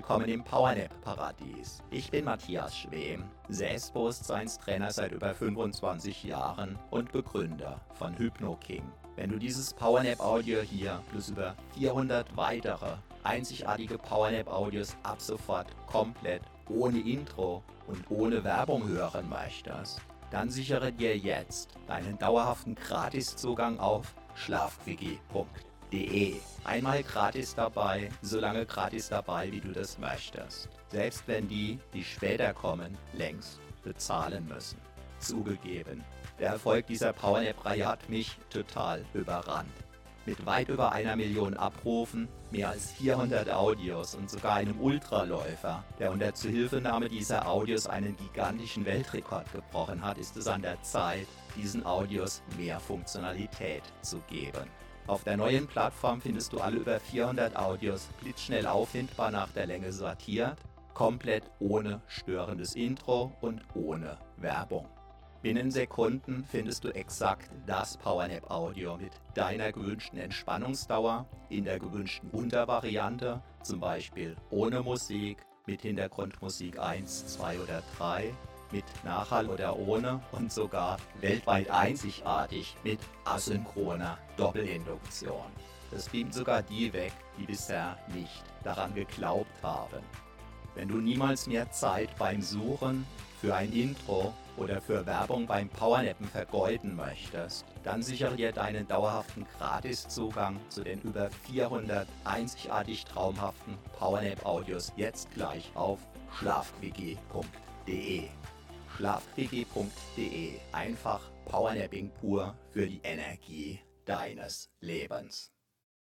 willkommen im PowerNap-Paradies. Ich bin Matthias Schwem, Selbstbewusstseinstrainer seit über 25 Jahren und Begründer von HypnoKing. Wenn du dieses PowerNap-Audio hier plus über 400 weitere einzigartige PowerNap-Audios ab sofort komplett ohne Intro und ohne Werbung hören möchtest, dann sichere dir jetzt deinen dauerhaften Gratiszugang auf schlafquickie.de. Einmal gratis dabei, so lange gratis dabei, wie du das möchtest. Selbst wenn die später kommen, längst bezahlen müssen. Zugegeben, der Erfolg dieser PowerNap-Reihe hat mich total überrannt. Mit weit über 1 Million Abrufen, mehr als 400 Audios und sogar einem Ultraläufer, der unter Zuhilfenahme dieser Audios einen gigantischen Weltrekord gebrochen hat, ist es an der Zeit, diesen Audios mehr Funktionalität zu geben. Auf der neuen Plattform findest du alle über 400 Audios blitzschnell auffindbar nach der Länge sortiert, komplett ohne störendes Intro und ohne Werbung. Binnen Sekunden findest du exakt das PowerNap-Audio mit deiner gewünschten Entspannungsdauer in der gewünschten Untervariante, zum Beispiel ohne Musik, mit Hintergrundmusik 1, 2 oder 3, mit Nachhall oder ohne und sogar weltweit einzigartig mit asynchroner Doppelinduktion. Das beamt sogar die weg, die bisher nicht daran geglaubt haben. Wenn du niemals mehr Zeit beim Suchen für ein Intro oder für Werbung beim Powernappen vergeuden möchtest, dann sichere dir deinen dauerhaften Gratiszugang zu den über 400 einzigartig traumhaften PowerNap-Audios jetzt gleich auf schlafquickie.de. schlafquickie.de. Einfach Powernapping pur für die Energie deines Lebens.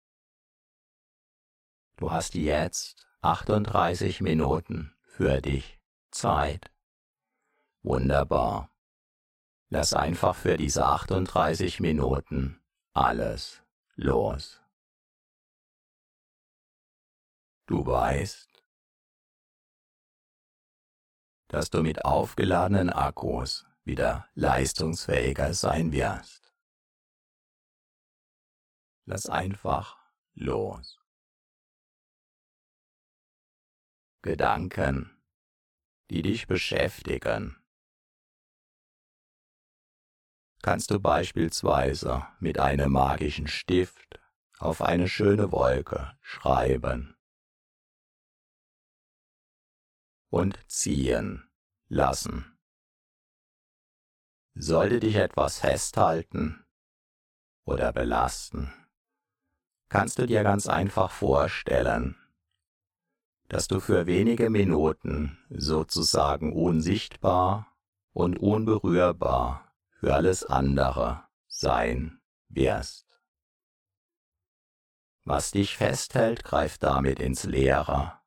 Du hast jetzt 38 Minuten für dich Zeit. Wunderbar. Lass einfach für diese 38 Minuten alles los. Du weißt, dass du mit aufgeladenen Akkus wieder leistungsfähiger sein wirst. Lass einfach los. Gedanken, die dich beschäftigen, kannst du beispielsweise mit einem magischen Stift auf eine schöne Wolke schreiben und ziehen lassen. Sollte dich etwas festhalten oder belasten, kannst du dir ganz einfach vorstellen, dass du für wenige Minuten sozusagen unsichtbar und unberührbar für alles andere sein wirst. Was dich festhält, greift damit ins Leere.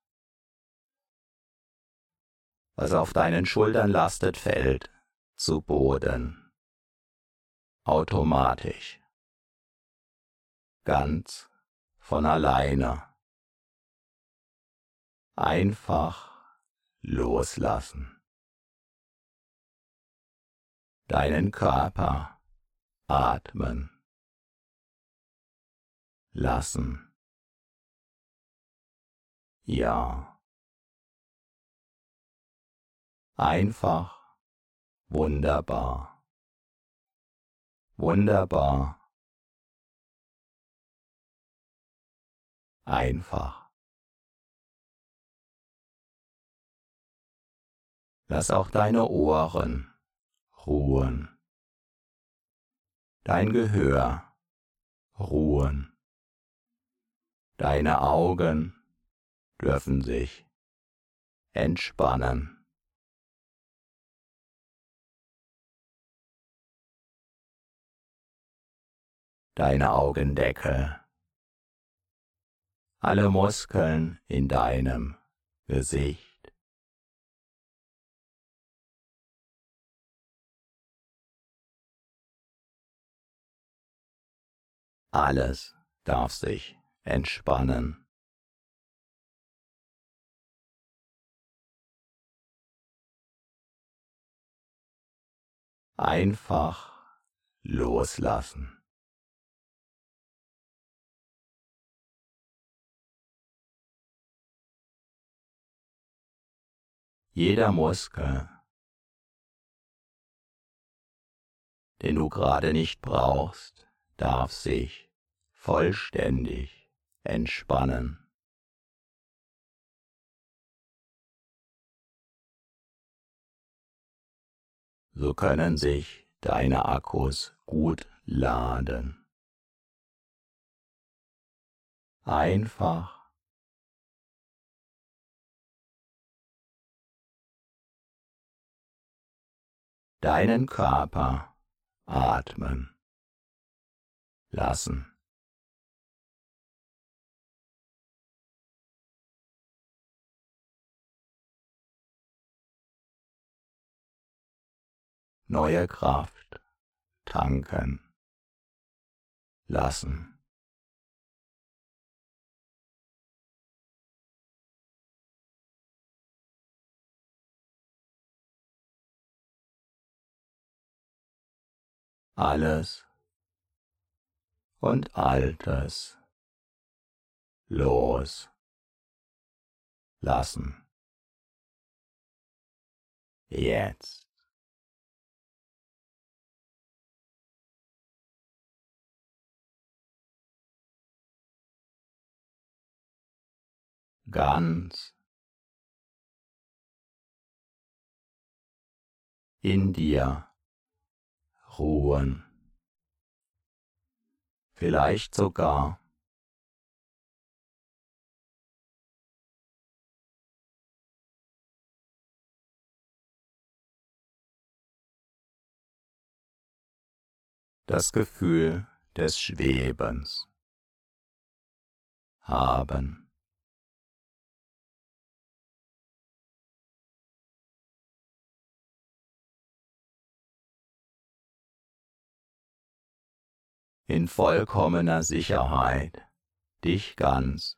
Was auf deinen Schultern lastet, fällt zu Boden. Automatisch. Ganz von alleine. Einfach loslassen. Deinen Körper atmen lassen. Ja. Einfach wunderbar. Wunderbar. Einfach. Lass auch deine Ohren ruhen. Dein Gehör ruhen. Deine Augen dürfen sich entspannen. Deine Augendecke. Alle Muskeln in deinem Gesicht. Alles darf sich entspannen. Einfach loslassen. Jeder Muskel, den du gerade nicht brauchst, darf sich vollständig entspannen. So können sich deine Akkus gut laden. Einfach deinen Körper atmen lassen. Neue Kraft tanken lassen. Alles und Altes loslassen. Jetzt. Ganz in dir ruhen. Vielleicht sogar das Gefühl des Schwebens haben. In vollkommener Sicherheit dich ganz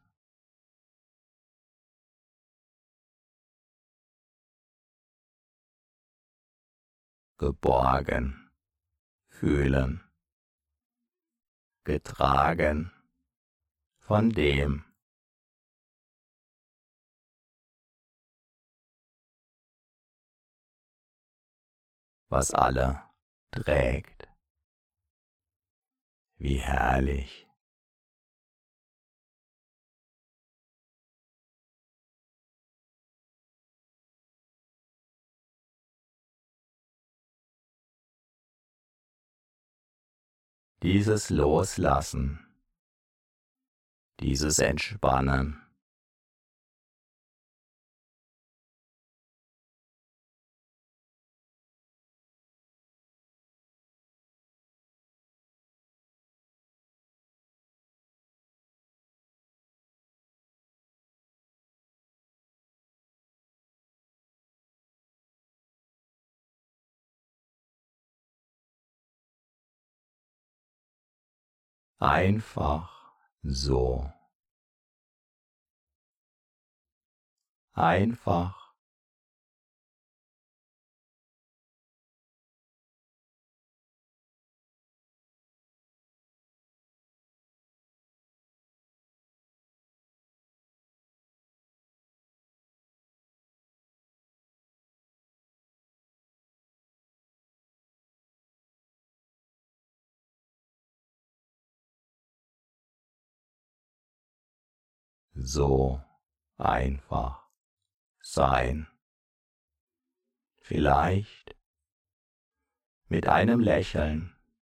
geborgen fühlen, getragen von dem, was alle trägt. Wie herrlich. Dieses Loslassen, dieses Entspannen, einfach so, einfach so einfach sein. Vielleicht mit einem Lächeln.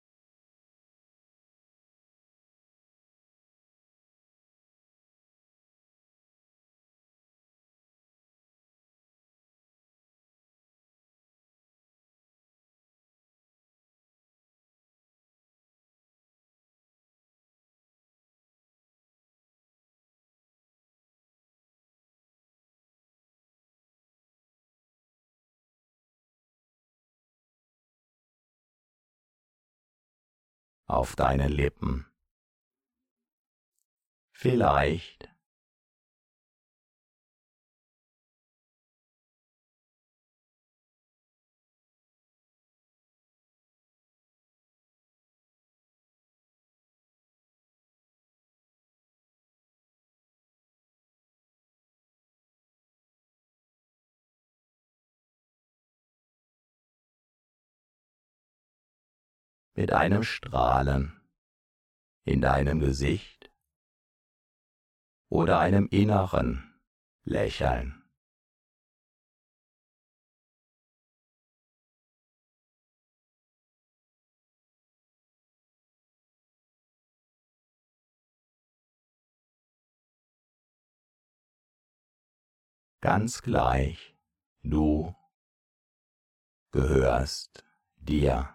Auf deinen Lippen. Vielleicht mit einem Strahlen in deinem Gesicht oder einem inneren Lächeln. Ganz gleich, du gehörst dir.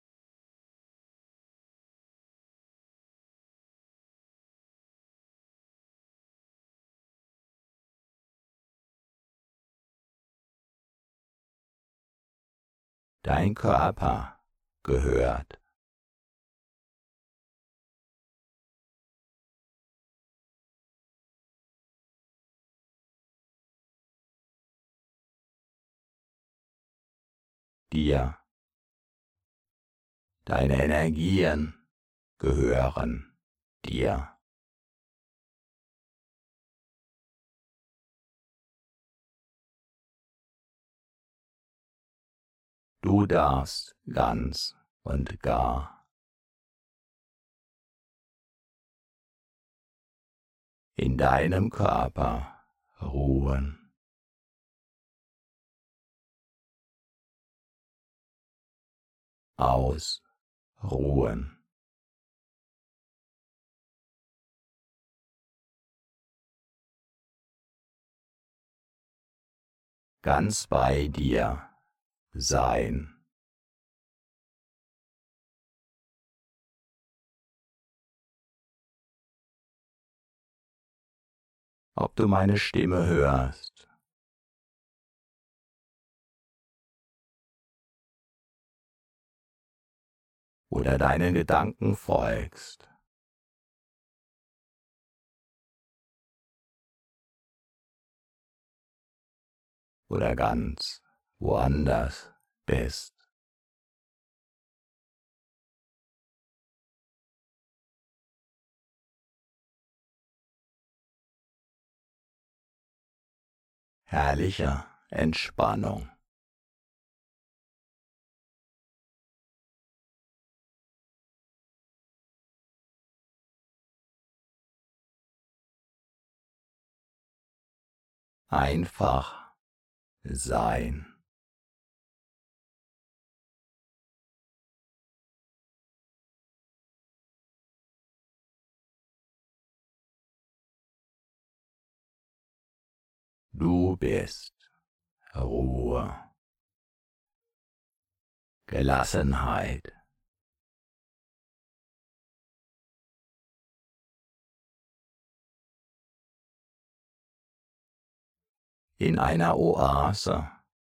Dein Körper gehört dir. Deine Energien gehören dir. Du darfst ganz und gar in deinem Körper ruhen. Ausruhen. Ganz bei dir sein. Ob du meine Stimme hörst oder deinen Gedanken folgst, oder ganz woanders bist. Herrlicher Entspannung. Einfach sein. Du bist Ruhe, Gelassenheit. In einer Oase.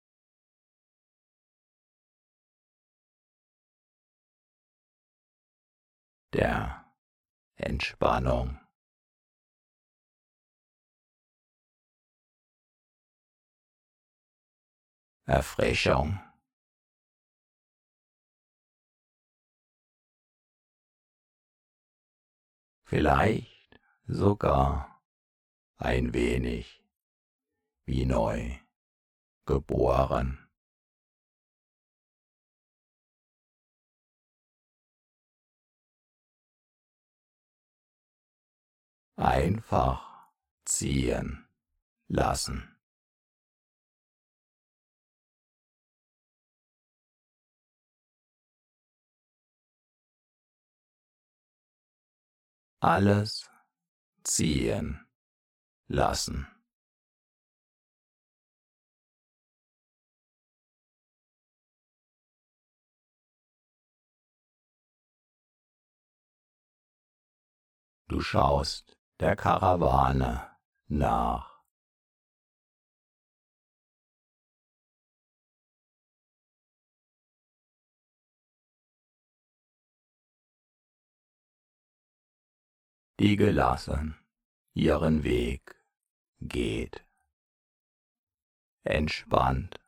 Der Entspannung. Erfrischung. Vielleicht sogar ein wenig wie neu geboren. Einfach ziehen lassen. Alles ziehen lassen. Du schaust der Karawane nach. Die gelassen ihren Weg geht. Entspannt.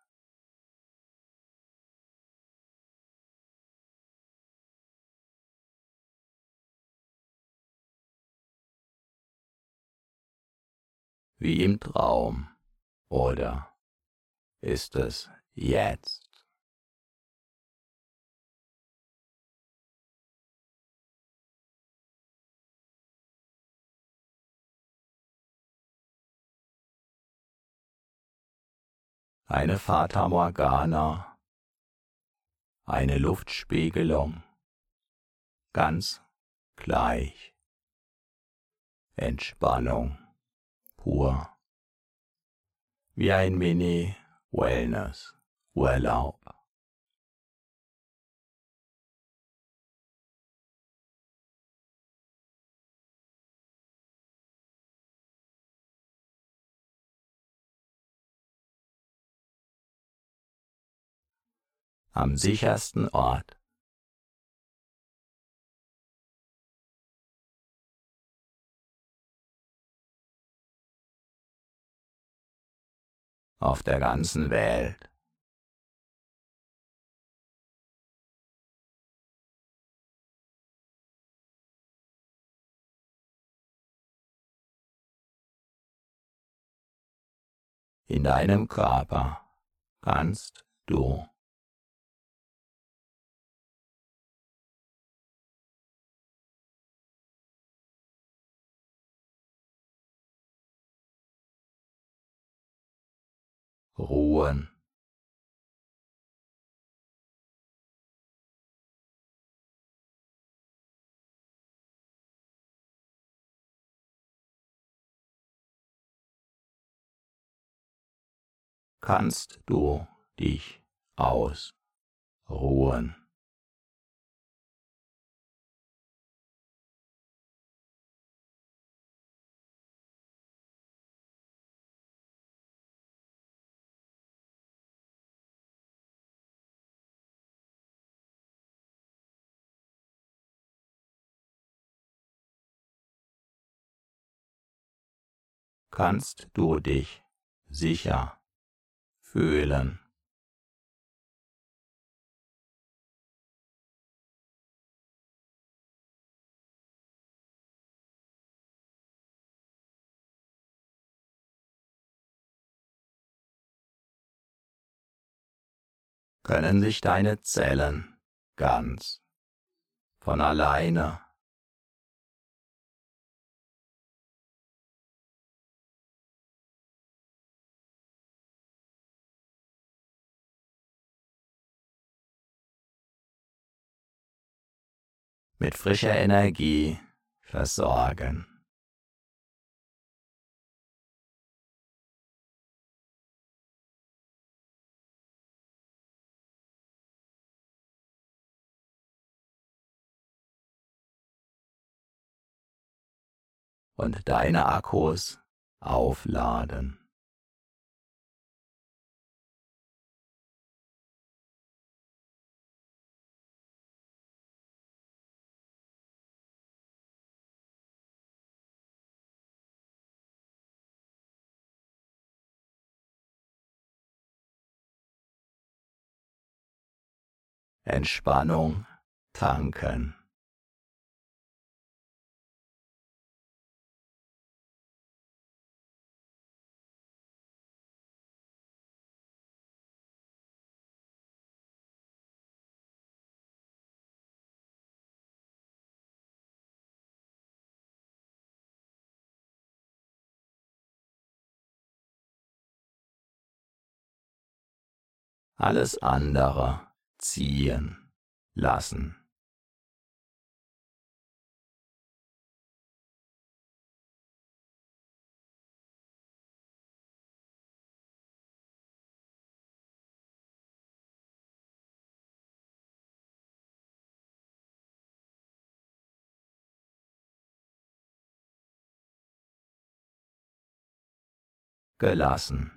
Wie im Traum. Oder ist es jetzt? eine Fata Morgana, eine Luftspiegelung, ganz gleich, Entspannung pur, wie ein Mini-Wellness-Urlaub. Am sichersten Ort. Auf der ganzen Welt. In deinem Körper kannst du ruhen. Kannst du dich ausruhen. Kannst du dich sicher fühlen. Können sich deine Zellen ganz von alleine mit frischer Energie versorgen. Und deine Akkus aufladen. Entspannung tanken. Alles andere ziehen lassen. Gelassen.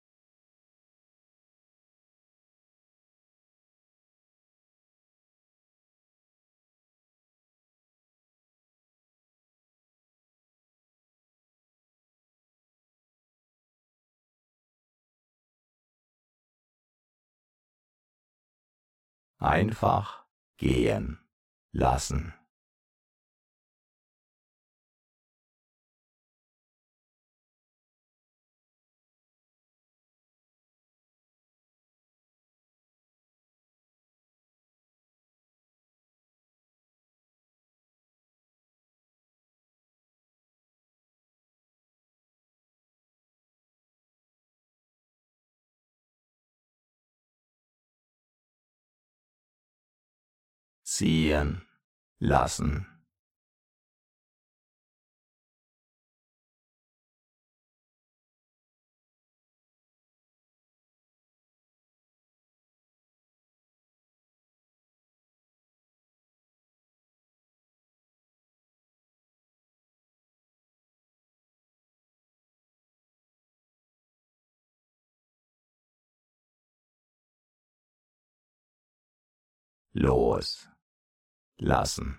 Einfach gehen lassen. ziehen lassen. Loslassen.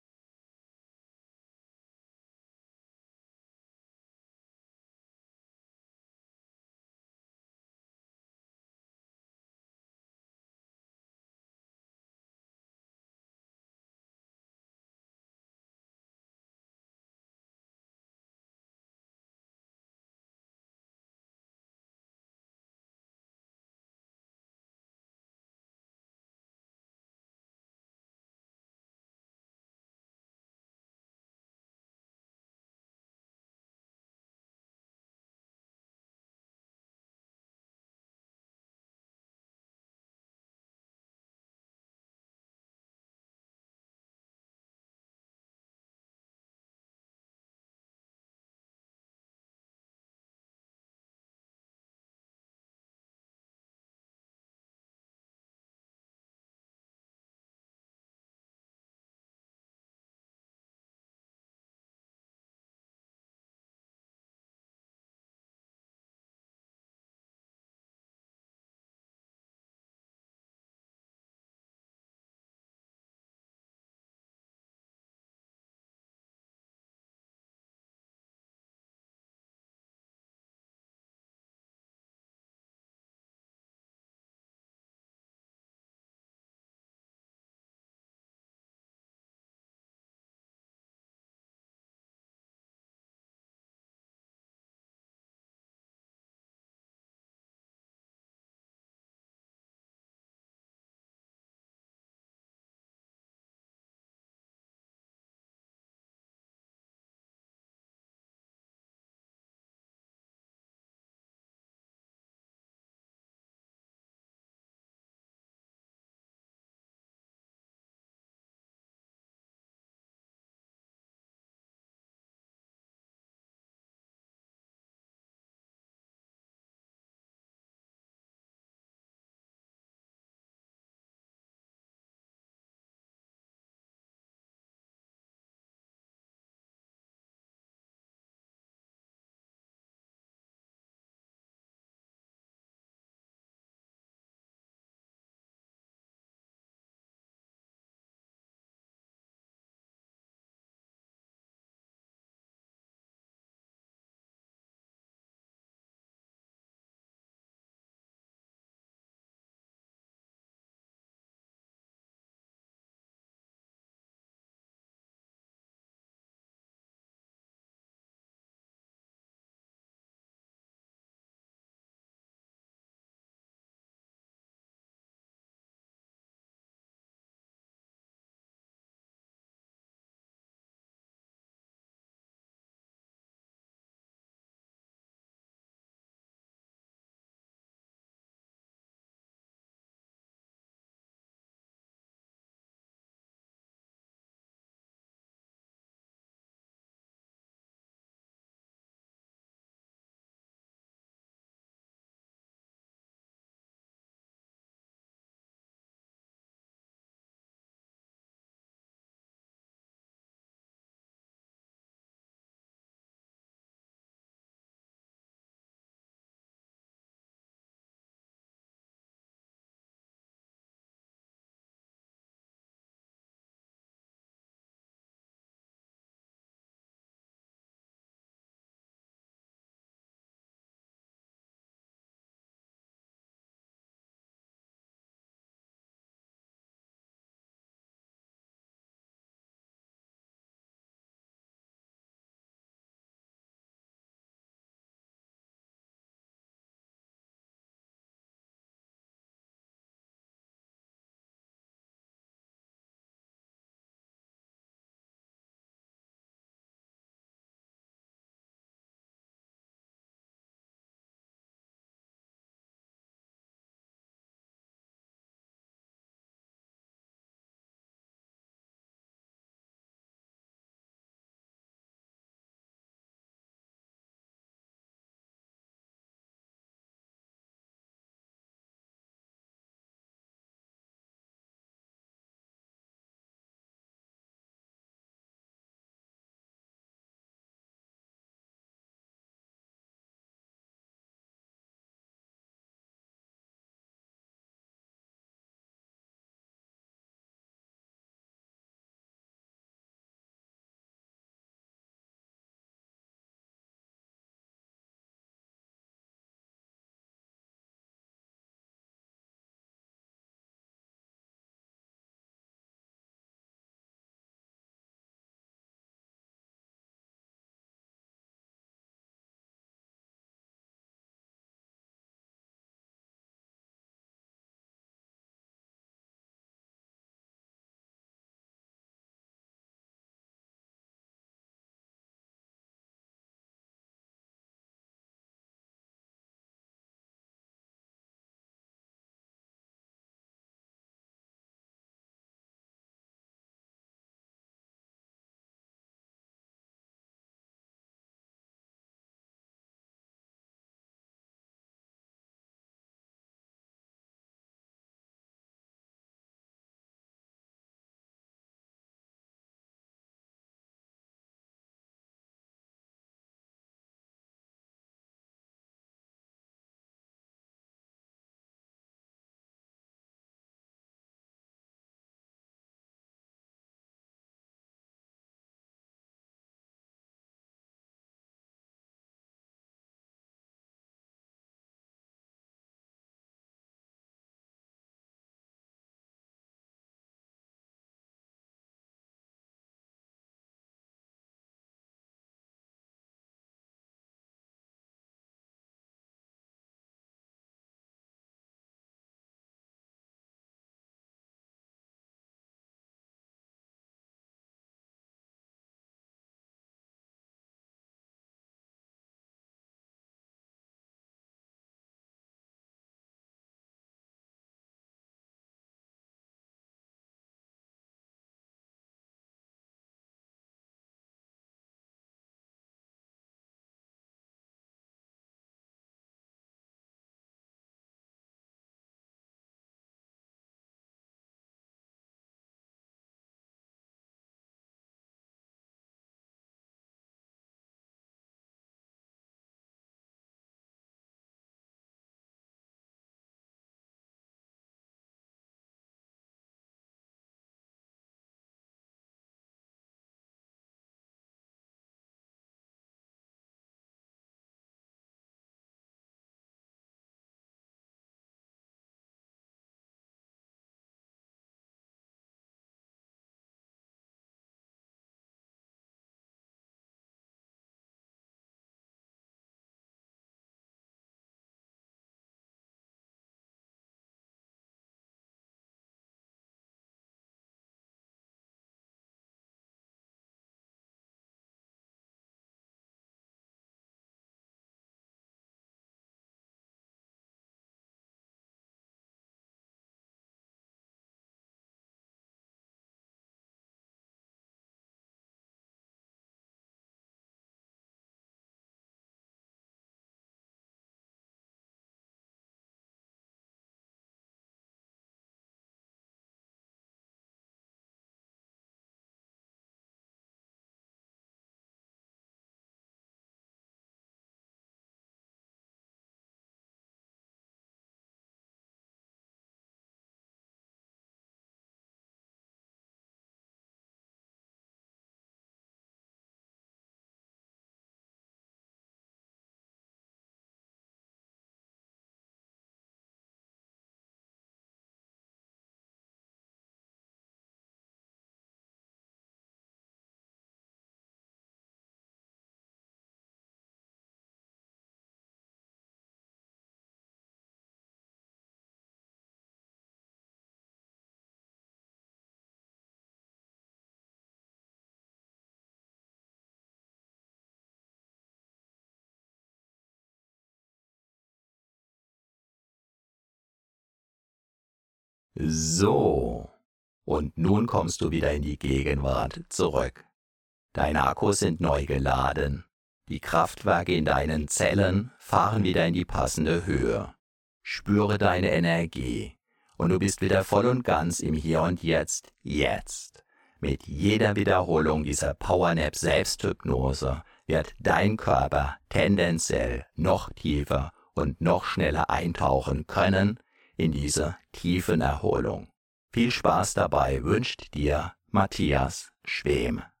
So. Und nun kommst du wieder in die Gegenwart zurück. Deine Akkus sind neu geladen. Die Kraftwerke in deinen Zellen fahren wieder in die passende Höhe. Spüre deine Energie und du bist wieder voll und ganz im Hier und Jetzt. Mit jeder Wiederholung dieser Powernap Selbsthypnose wird dein Körper tendenziell noch tiefer und noch schneller eintauchen können in diese tiefen Erholung. Viel Spaß dabei wünscht dir Matthias Schwem.